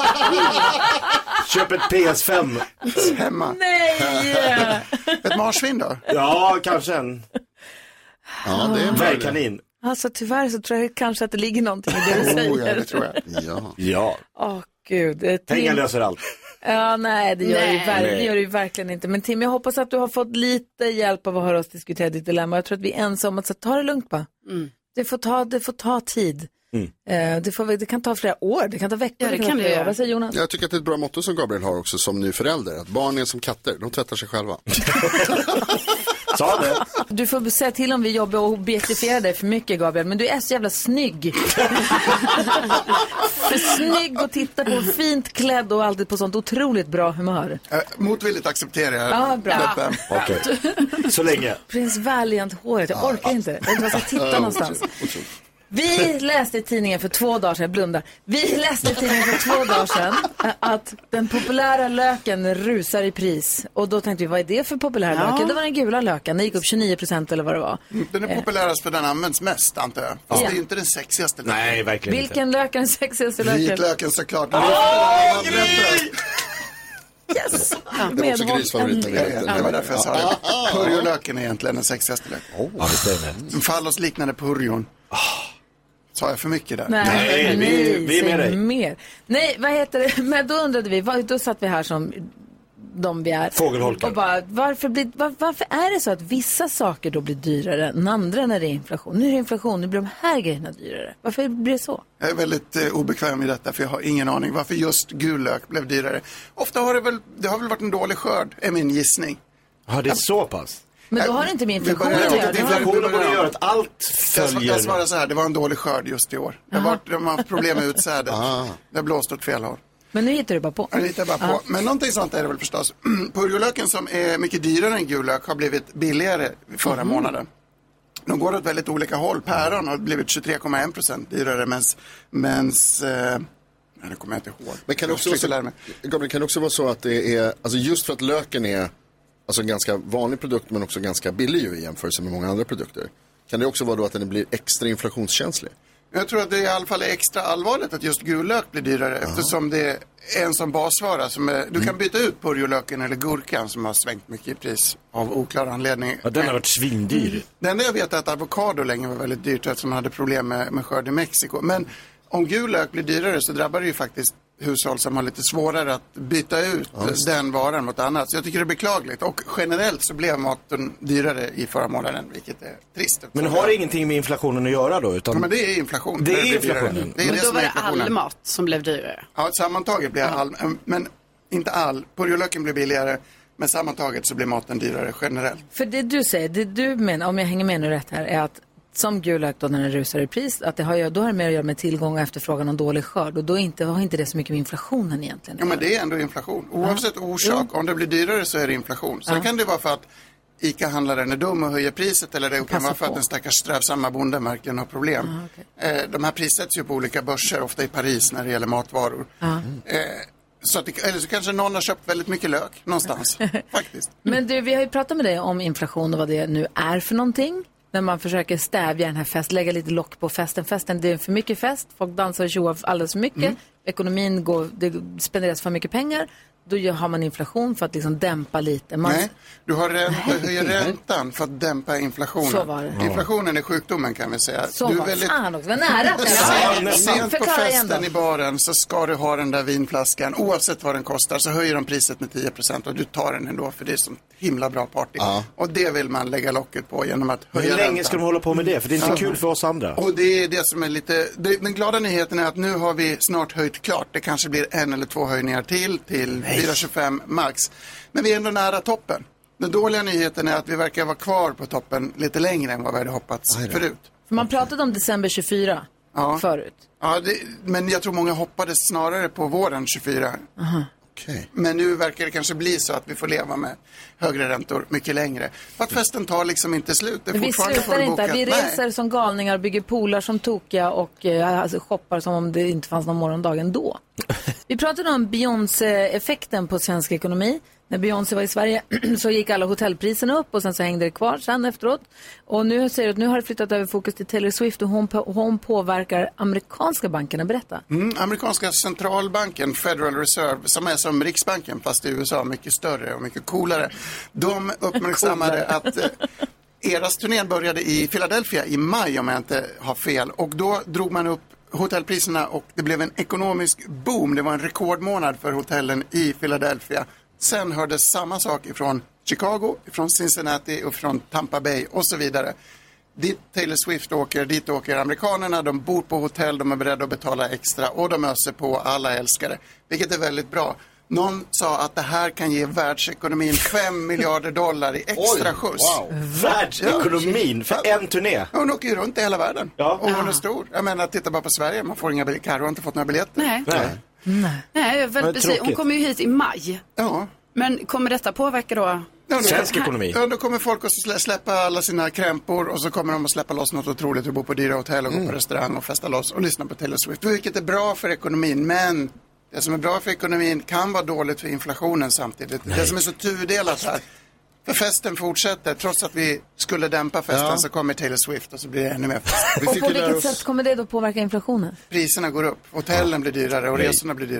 Speaker 4: Köp ett P S fem.
Speaker 11: Hemma.
Speaker 1: Nej!
Speaker 11: Ett marsvin då?
Speaker 4: Ja, kanske en.
Speaker 2: Ja, det är en
Speaker 4: dvärgkanin.
Speaker 1: Alltså tyvärr så tror jag kanske att det ligger någonting i det du säger.
Speaker 11: Oh, ja, det tror jag.
Speaker 2: Ja.
Speaker 4: Ja.
Speaker 1: Åh, gud.
Speaker 4: Tim... Pengar löser allt.
Speaker 1: Ja, nej, det gör,
Speaker 3: nej.
Speaker 1: Det, ver- det gör det ju verkligen inte. Men Tim, jag hoppas att du har fått lite hjälp av att höra oss diskutera ditt dilemma. Jag tror att vi är ensamma om att så, ta det lugnt bara. Mm. Det, får ta, det får ta tid. Mm. Eh, det, får, det kan ta flera år, det kan ta veckor.
Speaker 3: Ja, det, det kan det.
Speaker 1: Vad säger Jonas?
Speaker 2: Jag tycker att det är ett bra motto som Gabriel har också som ny förälder. Att barn är som katter, de tvättar sig själva.
Speaker 4: Sa det.
Speaker 1: Du får säga till om vi jobbar och objektifierar dig för mycket, Gabriel. Men du är så jävla snygg. För snygg och titta på, fint klädd och alltid på sånt otroligt bra humör.
Speaker 11: Äh, motvilligt accepterar jag
Speaker 1: ja, bra.
Speaker 11: detta.
Speaker 4: Ja. Okej, okay. Så länge.
Speaker 1: Prins Valiant-håret, jag orkar inte. Jag vet inte vad jag ska titta någonstans. Vi läste i tidningen för två dagar sedan, jag blundar. Vi läste i tidningen för två dagar sedan att den populära löken rusar i pris. Och då tänkte vi, vad är det för populär ja. löken? Det var den gula löken, den gick upp tjugonio procent eller vad det var.
Speaker 11: Den är populärast för den används mest, antar jag. Fast ja. det är inte den sexigaste löken.
Speaker 4: Nej, verkligen
Speaker 1: Vilken
Speaker 4: inte.
Speaker 1: lök är den sexigaste löken?
Speaker 11: Vitlöken såklart.
Speaker 4: Åh,
Speaker 1: Yes!
Speaker 2: Ja, det var också Grys favorit.
Speaker 11: Ja, det var därför jag sa det. Purjolöken är egentligen den sexigaste löken.
Speaker 4: Oh. Ja, det stämmer.
Speaker 11: Fallosliknande purjon. Oh. Sa jag för mycket där?
Speaker 1: Nej, nej,
Speaker 4: vi, vi är med dig.
Speaker 1: Mer. Nej, vad heter det? Men då undrade vi, då satt vi här som de vi är.
Speaker 4: Fågelholkar.
Speaker 1: Och bara, varför, blir, var, varför är det så att vissa saker då blir dyrare än andra när det är inflation? Nu är det inflation, nu blir de här grejerna dyrare. Varför blir det så?
Speaker 11: Jag är väldigt eh, obekväm i detta, för jag har ingen aning varför just gul lök blev dyrare. Ofta har det väl, det har väl varit en dålig skörd, är min gissning.
Speaker 4: Ja, det är så pass?
Speaker 1: Men då har det inte med inflation att göra.
Speaker 4: Inflationen borde göra att allt följer.
Speaker 11: Jag svarar så här, det var en dålig skörd just i år. Det har varit, de har haft problem med utsädet. Det har blåst åt fel håll.
Speaker 1: Men nu hittar du bara på.
Speaker 11: Jag hittar bara på.
Speaker 1: Ja.
Speaker 11: Men någonting sånt är det väl förstås. Purjolöken som är mycket dyrare än gul lök har blivit billigare förra mm. månaden. De går åt väldigt olika håll. Päron har blivit tjugotre komma en procent dyrare mens, mens eh, nej, det kommer jag inte ihåg.
Speaker 2: Men kan det också, också, Gabriel, kan det också vara så att det är, alltså just för att löken är alltså en ganska vanlig produkt men också ganska billig ju i jämförelse med många andra produkter. Kan det också vara då att den blir extra inflationskänslig?
Speaker 11: Jag tror att det i alla fall är extra allvarligt att just gul lök blir dyrare. Aha. Eftersom det är en som basvara. Som är, du kan byta ut purjolöken eller gurkan som har svängt mycket i pris av oklar anledning.
Speaker 4: Ja, den har varit svindyr. Mm.
Speaker 11: Den enda jag vet är att avokado länge var väldigt dyrt eftersom man hade problem med, med skörd i Mexiko. Men om gul lök blir dyrare så drabbar det ju faktiskt hushåll som har lite svårare att byta ut ja, den varan mot annat. Så jag tycker det är beklagligt. Och generellt så blev maten dyrare i förra månaden, vilket är trist.
Speaker 4: Men har det ingenting med inflationen att göra då? Utan...
Speaker 11: Ja, men det är inflation.
Speaker 4: Det är inflationen.
Speaker 3: Det är men det då var det all mat som blev dyrare?
Speaker 11: Ja, sammantaget blir ja. all, men inte all. Purjolöken blir billigare, men sammantaget så blir maten dyrare generellt.
Speaker 1: För det du säger, det du menar, om jag hänger med nu rätt här, är att som gul lök då när den rusar i pris, att det har, då har det mer att göra med tillgång och efterfrågan och dålig skörd. Och då inte, har inte det så mycket med inflationen egentligen.
Speaker 11: Ja, men det är ändå inflation. Oavsett ja. orsak, om det blir dyrare så är det inflation. Sen ja. kan det vara för att ICA-handlaren är dum och höjer priset, eller det kan vara för att den stackars strävsamma bondemarken har problem. Ah, okay. De här prissätts ju på olika börser, ofta i Paris när det gäller matvaror. Ah. Så att det, eller så kanske någon har köpt väldigt mycket lök någonstans, faktiskt.
Speaker 1: Men du, vi har ju pratat med dig om inflation och vad det nu är för någonting. När man försöker stävja den här festen, lägga lite lock på festen. Festen, det är för mycket fest, folk dansar och tjoar alldeles för mycket. Mm. Ekonomin går, det spenderas för mycket pengar. Då har man inflation för att liksom dämpa lite. Man...
Speaker 11: Nej, du har ränta, höjer räntan för att dämpa inflationen.
Speaker 1: Så var det.
Speaker 11: Inflationen är sjukdomen kan vi säga.
Speaker 1: Så
Speaker 11: du är
Speaker 1: var
Speaker 11: väldigt...
Speaker 1: fan också, vad nära.
Speaker 11: Sent på festen i baren så ska du ha den där vinflaskan. Oavsett vad den kostar så höjer de priset med tio procent och du tar den ändå för det är som himla bra party. Ja. Och det vill man lägga locket på genom att höja räntan.
Speaker 4: Hur länge ska de hålla på med det? För det är inte ja. kul för oss andra.
Speaker 11: Och det är det som är lite... Det, den glada nyheten är att nu har vi snart höjt klart. Det kanske blir en eller två höjningar till till fyra tjugofem max. Men vi är ändå nära toppen. Den dåliga nyheten är att vi verkar vara kvar på toppen lite längre än vad vi hade hoppats förut.
Speaker 1: För man pratade om december tjugofyra ja. förut.
Speaker 11: Ja, det, men jag tror många hoppades snarare på våren tjugofyra.
Speaker 1: Aha.
Speaker 2: Okay.
Speaker 11: Men nu verkar det kanske bli så att vi får leva med högre räntor mycket längre. För att festen tar liksom inte slut. Det är
Speaker 1: vi slutar inte. Vi reser Nej. som galningar, bygger poolar som tokiga och eh, alltså, shoppar som om det inte fanns någon morgondag ändå. Vi pratade om Beyoncé-effekten på svensk ekonomi. När Beyoncé var i Sverige så gick alla hotellpriserna upp och sen så hängde det kvar sen efteråt. Och nu säger du att nu har det flyttat över fokus till Taylor Swift och hon, hon påverkar amerikanska bankerna. Berätta.
Speaker 11: Mm, amerikanska centralbanken, Federal Reserve, som är som Riksbanken fast i U S A, mycket större och mycket coolare. De uppmärksammade att... Eh, Eras turnén började i Philadelphia i maj om jag inte har fel. Och då drog man upp hotellpriserna och det blev en ekonomisk boom. Det var en rekordmånad för hotellen i Philadelphia. Sen hördes samma sak ifrån Chicago, ifrån Cincinnati och från Tampa Bay och så vidare. Dit Taylor Swift åker, dit åker amerikanerna, de bor på hotell, de är beredda att betala extra och de öser på alla älskare, vilket är väldigt bra. Någon sa att det här kan ge världsekonomin fem miljarder dollar i extra skjuts.
Speaker 4: Wow. Världsekonomin för en turné?
Speaker 11: Hon åker ju runt i hela världen.
Speaker 4: Ja.
Speaker 11: Och hon är stor. Jag menar, titta bara på Sverige, man får inga biljetter. Carro har inte fått några biljetter.
Speaker 3: Nej.
Speaker 1: Nej. Nej.
Speaker 3: Nej, jag väldigt precis. Hon kommer ju hit i maj.
Speaker 11: Ja.
Speaker 3: Men kommer detta påverka då?
Speaker 11: Ja,
Speaker 4: svensk ekonomi?
Speaker 11: Ja, då kommer folk att släppa alla sina krämpor och så kommer de att släppa loss något otroligt och bo på dyra hotell och mm. gå på restaurang och festa loss och lyssna på Taylor Swift. Vilket är bra för ekonomin, men det som är bra för ekonomin kan vara dåligt för inflationen samtidigt. Nej. Det som är så tudelat här. För festen fortsätter, trots att vi skulle dämpa festen ja. så kommer Taylor Swift och så blir det ännu mer fest.
Speaker 1: Och på vilket oss... sätt kommer det då påverka inflationen?
Speaker 11: Priserna går upp, hotellen ja. blir dyrare och Nej. resorna blir dyrare.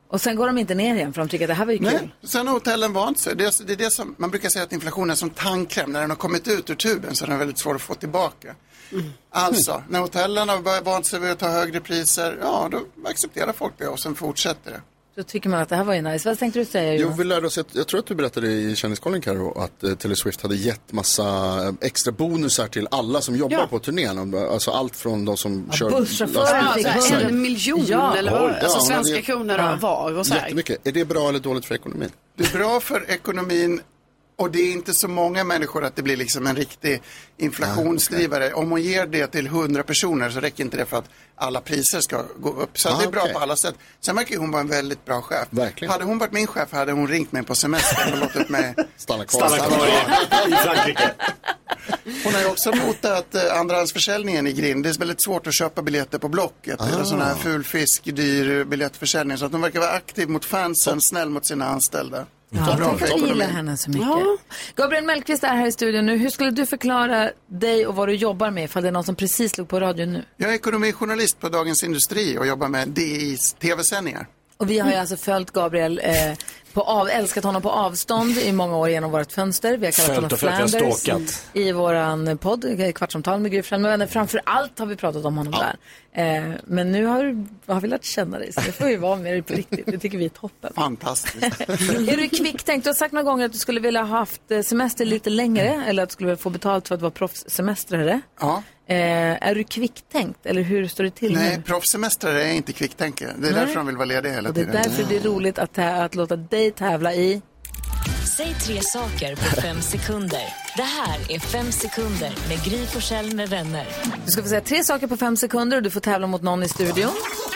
Speaker 1: Och sen går de inte ner igen för de tycker att det här var ju kul.
Speaker 11: Nej, sen har hotellen vant sig. Det är, det är det som, man brukar säga att inflationen är som tandkräm. När den har kommit ut ur tuben så är den väldigt svår att få tillbaka. Mm. Alltså, när hotellen har börjat vant sig vid att ta högre priser, ja då accepterar folk det och sen fortsätter det.
Speaker 1: Så tycker man att det här var ju nice. Vad tänkte du säga, Jonas?
Speaker 2: Jo, vi lärde oss, jag tror att du berättade i Kändiskollen, Karo, att uh, Taylor Swift hade gett massa extra bonusar till alla som jobbar ja. på turnén. Alltså allt från de som
Speaker 1: ja,
Speaker 2: kör...
Speaker 3: Busschaufförer, en miljon ja. eller vad? Alltså ja, svenska det, kronor ja. var och så här.
Speaker 2: Jättemycket. Är det bra eller dåligt för ekonomin?
Speaker 11: Det är bra för ekonomin. Och det är inte så många människor att det blir liksom en riktig inflationsdrivare. Ah, okay. Om hon ger det till hundra personer så räcker inte det för att alla priser ska gå upp. Så ah, det är bra okay. på alla sätt. Sen verkar hon vara en väldigt bra chef.
Speaker 2: Verkligen.
Speaker 11: Hade hon varit min chef hade hon ringt mig på semester och låtit mig
Speaker 2: stanna kvar,
Speaker 11: stanna kvar i Frankrike. Hon har ju också motat eh, andrahandsförsäljningen i Grind. Det är väldigt svårt att köpa biljetter på Blocket. Ah. Eller sån här ful fisk, dyr biljettförsäljning. Så att hon verkar vara aktiv mot fansen, snäll mot sina anställda.
Speaker 1: Ja, jag gillar henne så mycket. Ja. Gabriel Mellqvist är här i studion nu. Hur skulle du förklara dig och vad du jobbar med ifall det är någon som precis slog på radion nu?
Speaker 11: Jag är ekonomijournalist på Dagens Industri och jobbar med D I:s tv-sändningar.
Speaker 1: Och vi har ju alltså följt Gabriel eh, på av, älskat honom på avstånd i många år genom vårt fönster. Vi har kallat honom Flanders i våran podd, Kvartsamtal med Gry Forssell med vänner. Framför allt har vi pratat om honom ja. där. Eh, men nu har, har vi lärt känna dig, så det får ju vara med dig på riktigt. Det tycker vi är toppen.
Speaker 11: Fantastiskt.
Speaker 1: Är du kvicktänkt? Du har sagt några gånger att du skulle vilja ha haft semester lite längre eller att du skulle vilja få betalt för att vara proffssemestrare.
Speaker 11: Ja.
Speaker 1: Eh, är du kvicktänkt eller hur står det till
Speaker 11: Nej,
Speaker 1: nu?
Speaker 11: Nej, proffssemestrare är inte kvicktänker. Det är Nej. därför de vill vara lediga hela tiden.
Speaker 1: Det är därför det är roligt att, att låta dig tävla i...
Speaker 12: Säg tre saker på fem sekunder. Det här är fem sekunder med Gry Forssell med vänner.
Speaker 1: Du ska få säga tre saker på fem sekunder och du får tävla mot någon i studion.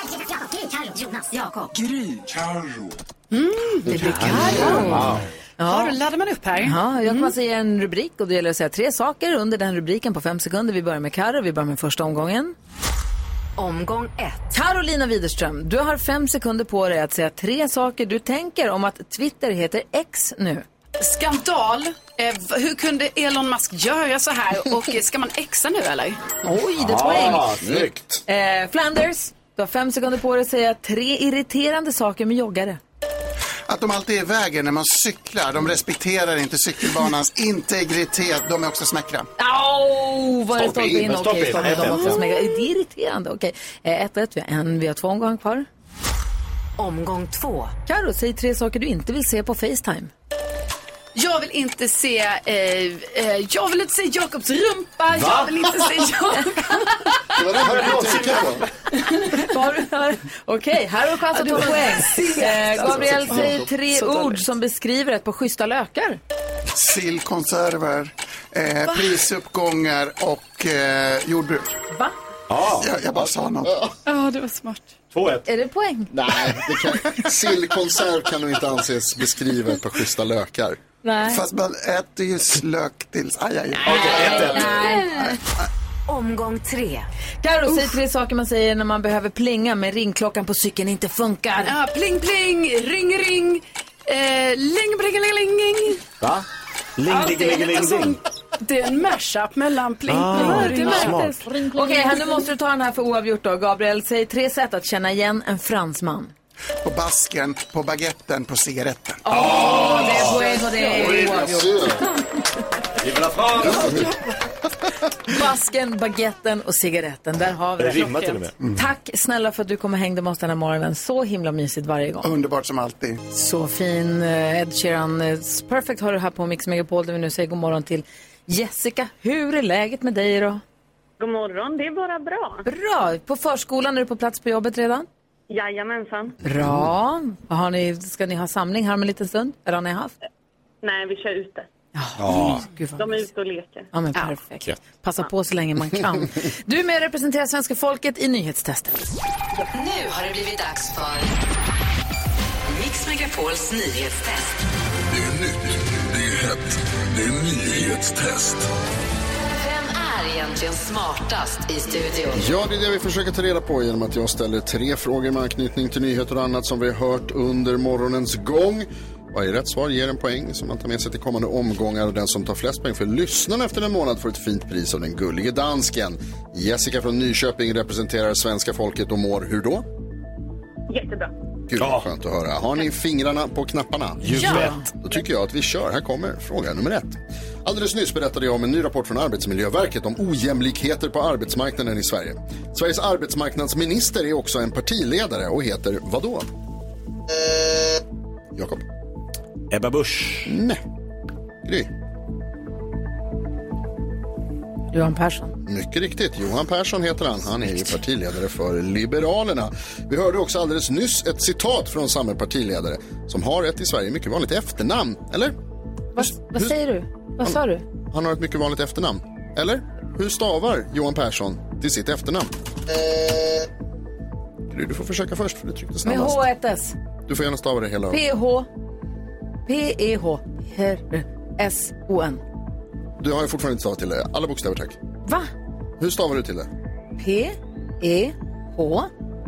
Speaker 12: Jonas, Jakob.
Speaker 13: Gry, Karo.
Speaker 1: Mm, det blir Karo.
Speaker 3: Wow. Ja, då laddar man upp här.
Speaker 1: Ja, jag kommer att säga en rubrik och det gäller att säga tre saker under den rubriken på fem sekunder. Vi börjar med Karo, vi börjar med första omgången.
Speaker 12: Omgång ett.
Speaker 1: Carolina Widerström, du har fem sekunder på dig att säga tre saker du tänker om att Twitter heter X nu.
Speaker 3: Skandal. Eh, hur kunde Elon Musk göra så här? Och ska man Xa nu eller?
Speaker 1: Oj, det är poäng.
Speaker 2: Ah, snyggt.
Speaker 1: Eh, Flanders, du har fem sekunder på dig att säga tre irriterande saker med joggare.
Speaker 11: Att de alltid är i vägen när man cyklar. De respekterar inte cykelbanans integritet. De är också smäckra.
Speaker 1: Åh, vad är det stolpe in?
Speaker 4: Okej,
Speaker 1: okay, stopp in. De också smäckra. Det är irriterande. Okej, okay. ett, ett, vi har en, vi har två omgångar kvar.
Speaker 12: Omgång två.
Speaker 1: Karo, säg tre saker du inte vill se på FaceTime.
Speaker 3: Jag vill inte se eh, eh, jag vill inte se Jakobs rumpa. Va? Jag vill inte se Jakob.
Speaker 2: Det var det här jag tänkte
Speaker 1: på. Okej, här har du chans att få poäng. Eh, Gabriel, säg tre ord som beskriver ett på schyssta lökar.
Speaker 11: Sillkonserver, eh, prisuppgångar och eh, jordbruk.
Speaker 1: Va?
Speaker 11: Ah. Jag, jag bara sa något.
Speaker 3: Ja, oh, det var smart.
Speaker 4: två ett.
Speaker 1: Är det poäng?
Speaker 2: Nej, det kan, sillkonserv kan nog inte anses beskriva ett par schyssta lökar.
Speaker 1: Nej.
Speaker 11: Fast man äter ju slök till... Aj, aj, aj.
Speaker 1: Nej, okay, nej, nej.
Speaker 12: Omgång tre.
Speaker 1: Karo, säg tre saker man säger när man behöver plinga men ringklockan på cykeln inte funkar.
Speaker 3: Ja, pling, pling, ring, ring, eh, ling, pling, ling, ling, ling.
Speaker 4: Va? Ling, ja, ling, ling, ling, ling.
Speaker 3: Det är en mashup mellan pling,
Speaker 4: ah,
Speaker 3: pling och ring.
Speaker 1: Okej, okay, nu måste du ta den här för oavgjort då. Gabriel, säg tre sätt att känna igen en fransman.
Speaker 11: På basken, på baguetten, på cigaretten.
Speaker 1: Åh, oh, det är poäng och det är oavgjort. Basken, baguetten och cigaretten. Där har vi det.
Speaker 4: Rimmar till och med.
Speaker 1: Mm. Tack snälla för att du kom och hängde med oss den här morgonen. Så himla mysigt varje gång.
Speaker 11: Underbart som alltid.
Speaker 1: Så fin. Ed Sheeran, Perfect har du här på Mix Megapol där vi nu säger god morgon till Jessica. Hur är läget med dig då?
Speaker 7: God morgon, det är bara bra.
Speaker 1: Bra. På förskolan är du på plats på jobbet redan?
Speaker 7: Jajamensan.
Speaker 1: Bra. Har ni, ska ni ha samling här om en liten stund? Eller har ni haft?
Speaker 7: Nej, vi kör ute.
Speaker 1: Ja.
Speaker 7: Gud, de är ute och leker.
Speaker 1: Ja, men perfekt. Ja. Passa på så länge man kan. Du är med och representerar svenska folket i nyhetstestet.
Speaker 12: Nu har det blivit dags för Mix Megapols nyhetstest.
Speaker 13: Det är nytt, det är hett, det är nyhetstest.
Speaker 12: Vem är egentligen smartast i studion?
Speaker 2: Ja, det är det vi försöker ta reda på genom att jag ställer tre frågor med anknytning till nyheter och annat som vi har hört under morgonens gång. Varje rätt svar ger en poäng som man tar med sig till kommande omgångar och den som tar flest poäng för lyssnarna efter en månad får ett fint pris av den gullige dansken. Jessica från Nyköping representerar svenska folket och mår hur då?
Speaker 7: Jättebra.
Speaker 2: Gud vad skönt att höra. Har ni fingrarna på knapparna?
Speaker 4: Ja.
Speaker 2: Då tycker jag att vi kör. Här kommer fråga nummer ett. Alldeles nyss berättade jag om en ny rapport från Arbetsmiljöverket om ojämlikheter på arbetsmarknaden i Sverige. Sveriges arbetsmarknadsminister är också en partiledare och heter vadå? Jakob.
Speaker 4: Ebba Busch.
Speaker 2: Nej. Gry.
Speaker 1: Johan Persson.
Speaker 2: Mycket riktigt, Johan Persson heter han. Han är ju partiledare för Liberalerna. Vi hörde också alldeles nyss ett citat från samma partiledare som har ett i Sverige mycket vanligt efternamn, eller?
Speaker 1: Va, vad säger du? Vad
Speaker 2: han,
Speaker 1: sa du?
Speaker 2: Han har ett mycket vanligt efternamn, eller? Hur stavar Johan Persson till sitt efternamn? Du får försöka först för du tryckte snabbast.
Speaker 1: Med H ett S.
Speaker 2: Du får gärna stava det hela.
Speaker 1: P-H P-E-H S O N.
Speaker 2: Du har ju fortfarande inte stavat till det. Alla bokstäver, tack.
Speaker 1: Va?
Speaker 2: Hur stavar du till det?
Speaker 1: P-E-H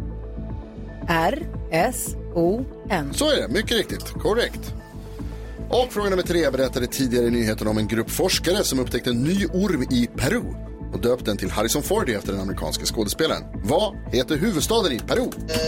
Speaker 1: R-S-O-N.
Speaker 2: Så är det, mycket riktigt. Korrekt. Och fråga nummer tre berättade tidigare i nyheten om en grupp forskare som upptäckte en ny orm i Peru och döpte den till Harrison Ford efter den amerikanska skådespelaren. Vad heter huvudstaden i Peru?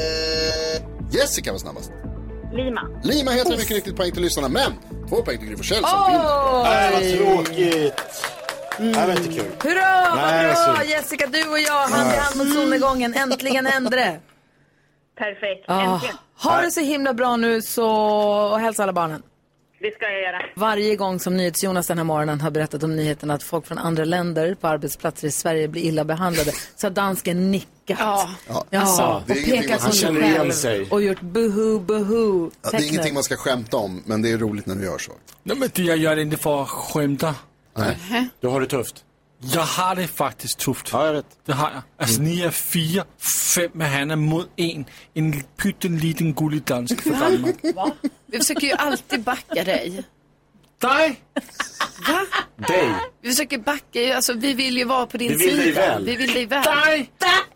Speaker 2: Jessica var snabbast.
Speaker 7: Lima.
Speaker 2: Lima heter det, mycket riktigt, poäng till lyssnarna, men två poäng till Gry Forssell som
Speaker 1: Oj!
Speaker 2: vinner.
Speaker 4: Nej, vad tråkigt. Mm. Det här var inte kul.
Speaker 1: Hurra,
Speaker 4: Nej,
Speaker 1: vad bra!
Speaker 4: så...
Speaker 1: Jessica, du och jag, hand i hand mot solnedgången. Äntligen Endre.
Speaker 7: Perfekt,
Speaker 1: Ah,
Speaker 7: äntligen.
Speaker 1: ha det så himla bra nu så... och hälsa alla barnen.
Speaker 7: Det ska jag göra.
Speaker 1: Varje gång som NyhetsJonas den här morgonen har berättat om nyheten att folk från andra länder på arbetsplatser i Sverige blir illa behandlade, så har dansken nickat. Ja,
Speaker 2: Ja,
Speaker 1: ja.
Speaker 2: alltså,
Speaker 1: Och pekat på sig själv och gjort buhu, buhu.
Speaker 2: Ja, det är ingenting man ska skämta om, men det är roligt när du gör så.
Speaker 5: Nej, men det, jag gör det inte för att skämta.
Speaker 2: Nej.
Speaker 4: Du har det tufft.
Speaker 5: Jag har det faktiskt tufft.
Speaker 4: Ja, jag vet.
Speaker 5: Det har jag. Alltså, ni är fyra, fem med Hanna mot en. En pytteliten gullig dansk för Danmark.
Speaker 3: Va? Vi försöker ju alltid backa dig.
Speaker 5: Dig?
Speaker 3: Va?
Speaker 4: Dig?
Speaker 3: Vi försöker backa ju, alltså vi vill ju vara på din
Speaker 4: Vi vill
Speaker 3: sida.
Speaker 4: dig väl.
Speaker 3: Vi vill dig väl.
Speaker 5: Dig?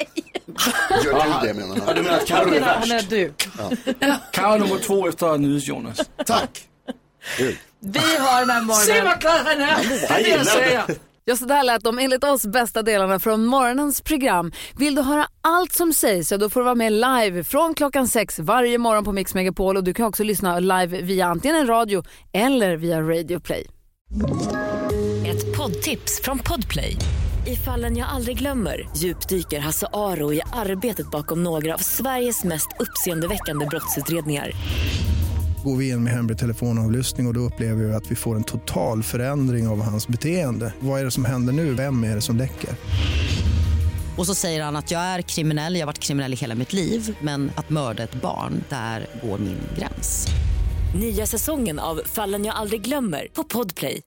Speaker 2: Gör du det, menar han?
Speaker 4: Ja, du menar att Karo är
Speaker 1: Han är
Speaker 4: värst?
Speaker 1: du.
Speaker 5: Ja. Karo nummer två efter NyhetsJonas.
Speaker 2: Tack.
Speaker 1: Vi har den här morgonen.
Speaker 3: Se vad klar han är! Det är det jag säger.
Speaker 1: Ja, så där lät de enligt oss bästa delarna från morgonens program. Vill du höra allt som sägs, så då får du vara med live från klockan sex varje morgon på Mix Megapol. Och du kan också lyssna live via antingen en radio eller via Radio Play.
Speaker 12: Ett poddtips från Podplay. I Fallen jag aldrig glömmer djupdyker Hasse Aro i arbetet bakom några av Sveriges mest uppseendeväckande brottsutredningar.
Speaker 14: Går vi in med hemlig telefonavlyssning och, och då upplever vi att vi får en total förändring av hans beteende. Vad är det som händer nu? Vem är det som läcker?
Speaker 15: Och så säger han att jag är kriminell, jag har varit kriminell i hela mitt liv. Men att mörda ett barn, där går min gräns.
Speaker 12: Nya säsongen av Fallen jag aldrig glömmer på Podplay.